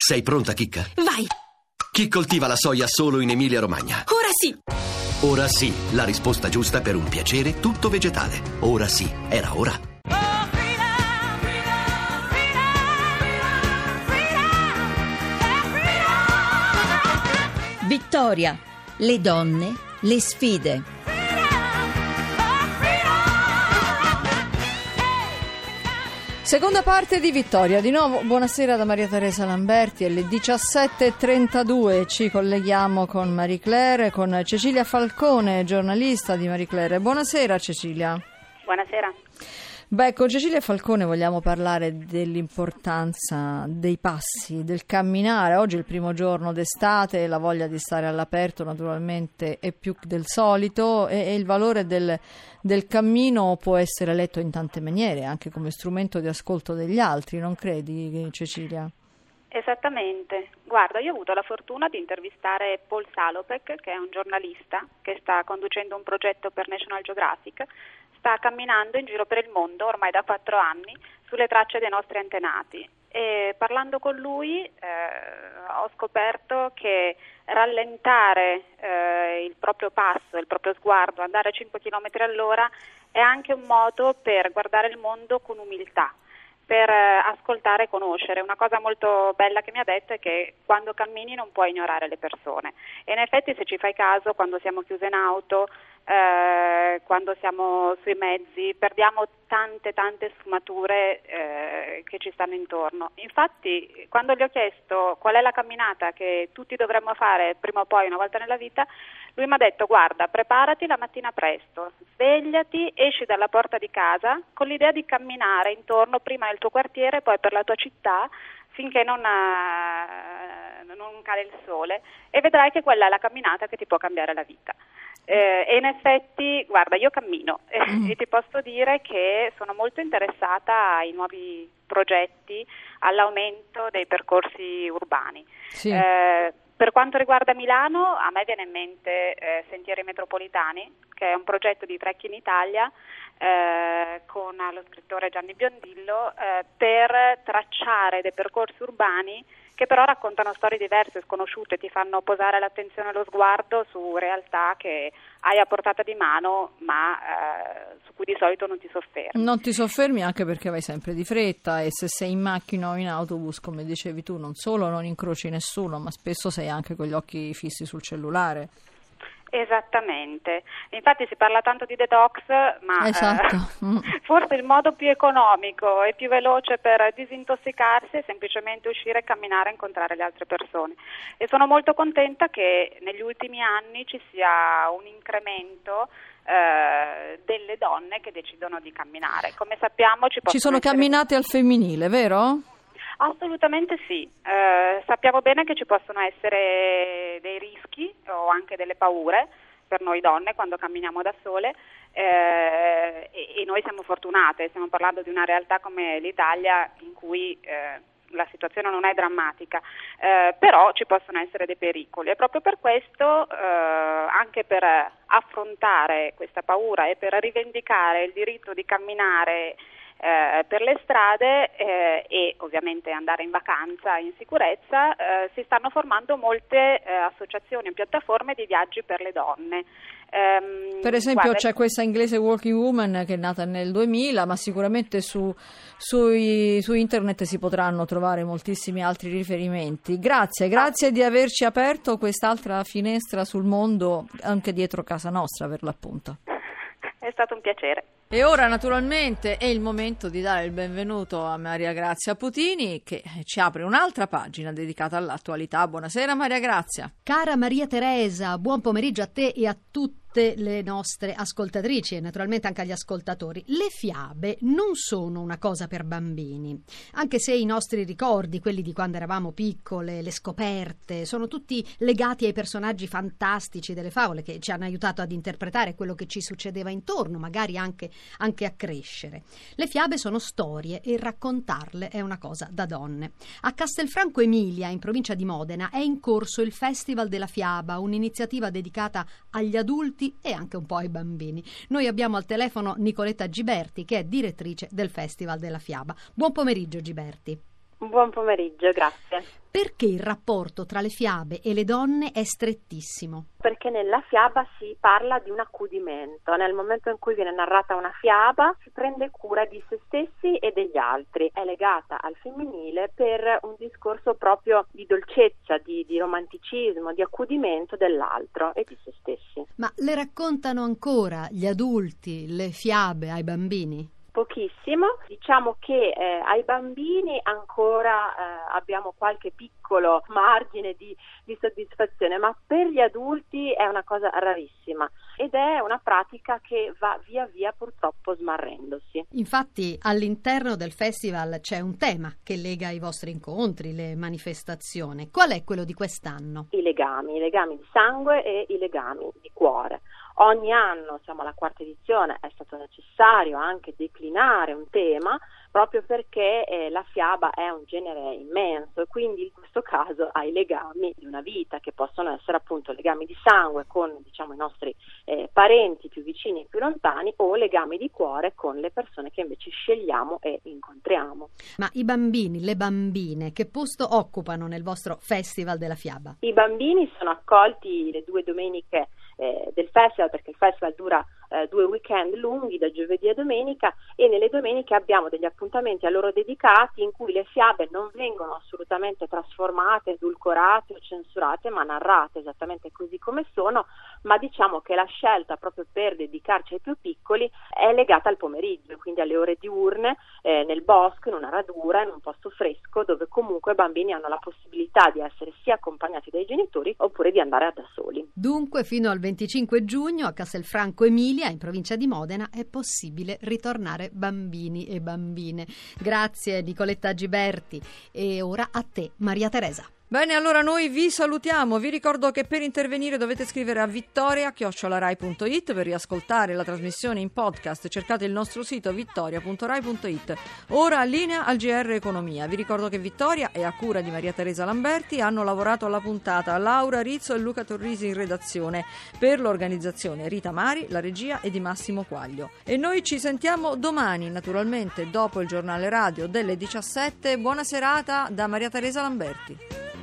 Sei pronta, Chicca? Vai! Chi coltiva la soia solo in Emilia-Romagna? Ora sì! Ora sì, la risposta giusta per un piacere tutto vegetale. Ora sì, era ora. Vittoria, le donne, le sfide. Seconda parte di Vittoria. Di nuovo buonasera da Maria Teresa Lamberti. Alle 17.32 ci colleghiamo con Marie Claire, con Cecilia Falcone, giornalista di Marie Claire. Buonasera Cecilia. Buonasera. Beh, con Cecilia Falcone vogliamo parlare dell'importanza dei passi, del camminare. Oggi è il primo giorno d'estate, la voglia di stare all'aperto naturalmente è più del solito e il valore del cammino può essere letto in tante maniere, anche come strumento di ascolto degli altri, non credi, Cecilia? Esattamente. Guarda, io ho avuto la fortuna di intervistare Paul Salopek, che è un giornalista che sta conducendo un progetto per National Geographic. Sta camminando in giro per il mondo ormai da 4 anni sulle tracce dei nostri antenati e parlando con lui ho scoperto che rallentare il proprio passo, il proprio sguardo, andare a 5 km all'ora è anche un modo per guardare il mondo con umiltà, per ascoltare e conoscere. Una cosa molto bella che mi ha detto è che quando cammini non puoi ignorare le persone e in effetti, se ci fai caso, quando siamo chiuse in auto, quando siamo sui mezzi, perdiamo tante sfumature che ci stanno intorno. Infatti, quando gli ho chiesto qual è la camminata che tutti dovremmo fare prima o poi una volta nella vita, lui mi ha detto: guarda, preparati la mattina presto, svegliati, esci dalla porta di casa con l'idea di camminare intorno prima nel tuo quartiere e poi per la tua città finché non cade il sole, e vedrai che quella è la camminata che ti può cambiare la vita. E in effetti, guarda, io cammino e ti posso dire che sono molto interessata ai nuovi progetti, all'aumento dei percorsi urbani. Sì. Per quanto riguarda Milano, a me viene in mente Sentieri Metropolitani, che è un progetto di Trekking Italia con lo scrittore Gianni Biondillo per tracciare dei percorsi urbani che però raccontano storie diverse, sconosciute, ti fanno posare l'attenzione e lo sguardo su realtà che hai a portata di mano ma su cui di solito non ti soffermi. Non ti soffermi anche perché vai sempre di fretta e se sei in macchina o in autobus, come dicevi tu, non solo non incroci nessuno, ma spesso sei anche con gli occhi fissi sul cellulare. Esattamente, infatti si parla tanto di detox, ma esatto. Forse il modo più economico e più veloce per disintossicarsi è semplicemente uscire, camminare e incontrare le altre persone. E sono molto contenta che negli ultimi anni ci sia un incremento delle donne che decidono di camminare. Come sappiamo ci sono camminate al femminile, vero? Assolutamente sì, sappiamo bene che ci possono essere dei rischi o anche delle paure per noi donne quando camminiamo da sole e noi siamo fortunate, stiamo parlando di una realtà come l'Italia in cui la situazione non è drammatica, però ci possono essere dei pericoli e proprio per questo, anche per affrontare questa paura e per rivendicare il diritto di camminare per le strade e ovviamente andare in vacanza in sicurezza, si stanno formando molte associazioni e piattaforme di viaggi per le donne. Per esempio c'è questa inglese Walking Woman che è nata nel 2000, ma sicuramente su internet si potranno trovare moltissimi altri riferimenti. Grazie di averci aperto quest'altra finestra sul mondo anche dietro casa nostra, per l'appunto. È stato un piacere. E ora naturalmente è il momento di dare il benvenuto a Maria Grazia Putini, che ci apre un'altra pagina dedicata all'attualità. Buonasera Maria Grazia. Cara Maria Teresa, buon pomeriggio a te e a tutte le nostre ascoltatrici e naturalmente anche agli ascoltatori. Le fiabe non sono una cosa per bambini, anche se i nostri ricordi, quelli di quando eravamo piccole, le scoperte, sono tutti legati ai personaggi fantastici delle favole che ci hanno aiutato ad interpretare quello che ci succedeva intorno, magari anche a crescere. Le fiabe sono storie e raccontarle è una cosa da donne. A Castelfranco Emilia, in provincia di Modena, è in corso il Festival della Fiaba, un'iniziativa dedicata agli adulti e anche un po' ai bambini. Noi abbiamo al telefono Nicoletta Giberti, che è direttrice del Festival della Fiaba. Buon pomeriggio Giberti. Buon pomeriggio, grazie. Perché il rapporto tra le fiabe e le donne è strettissimo? Perché nella fiaba si parla di un accudimento. Nel momento in cui viene narrata una fiaba si prende cura di se stessi e degli altri. È legata al femminile per un discorso proprio di dolcezza, di romanticismo, di accudimento dell'altro e di se stessi. Ma le raccontano ancora gli adulti le fiabe ai bambini? Pochissimo, diciamo che ai bambini ancora abbiamo qualche piccolo margine di soddisfazione, ma per gli adulti è una cosa rarissima ed è una pratica che va via via purtroppo smarrendosi. Infatti all'interno del festival c'è un tema che lega i vostri incontri, le manifestazioni. Qual è quello di quest'anno? I legami di sangue e i legami di cuore. Ogni anno, siamo alla 4ª edizione, è stato necessario anche declinare un tema proprio perché la fiaba è un genere immenso e quindi in questo caso ha i legami di una vita che possono essere appunto legami di sangue con i nostri parenti più vicini e più lontani o legami di cuore con le persone che invece scegliamo e incontriamo. Ma i bambini, le bambine, che posto occupano nel vostro Festival della Fiaba? I bambini sono accolti le 2 domeniche del festival, perché il festival dura 2 weekend lunghi da giovedì a domenica, e nelle domeniche abbiamo degli appuntamenti a loro dedicati in cui le fiabe non vengono assolutamente trasformate, edulcorate o censurate, ma narrate esattamente così come sono, ma diciamo che la scelta proprio per dedicarci ai più piccoli è legata al pomeriggio, quindi alle ore diurne nel bosco, in una radura, in un posto fresco dove comunque i bambini hanno la possibilità di essere sia accompagnati dai genitori oppure di andare da soli. Dunque fino al 25 giugno a Castelfranco Emilia, in provincia di Modena, è possibile ritornare bambini e bambine. Grazie Nicoletta Giberti. E ora a te, Maria Teresa. Bene, allora noi vi salutiamo. Vi ricordo che per intervenire dovete scrivere a vittoria@rai.it. Per riascoltare la trasmissione in podcast cercate il nostro sito vittoria.rai.it. Ora linea al GR Economia. Vi ricordo che Vittoria è a cura di Maria Teresa Lamberti. Hanno lavorato alla puntata Laura Rizzo e Luca Torrisi in redazione. Per l'organizzazione Rita Mari, la regia è di Massimo Quaglio. E noi ci sentiamo domani, naturalmente dopo il giornale radio delle 17. Buona serata da Maria Teresa Lamberti.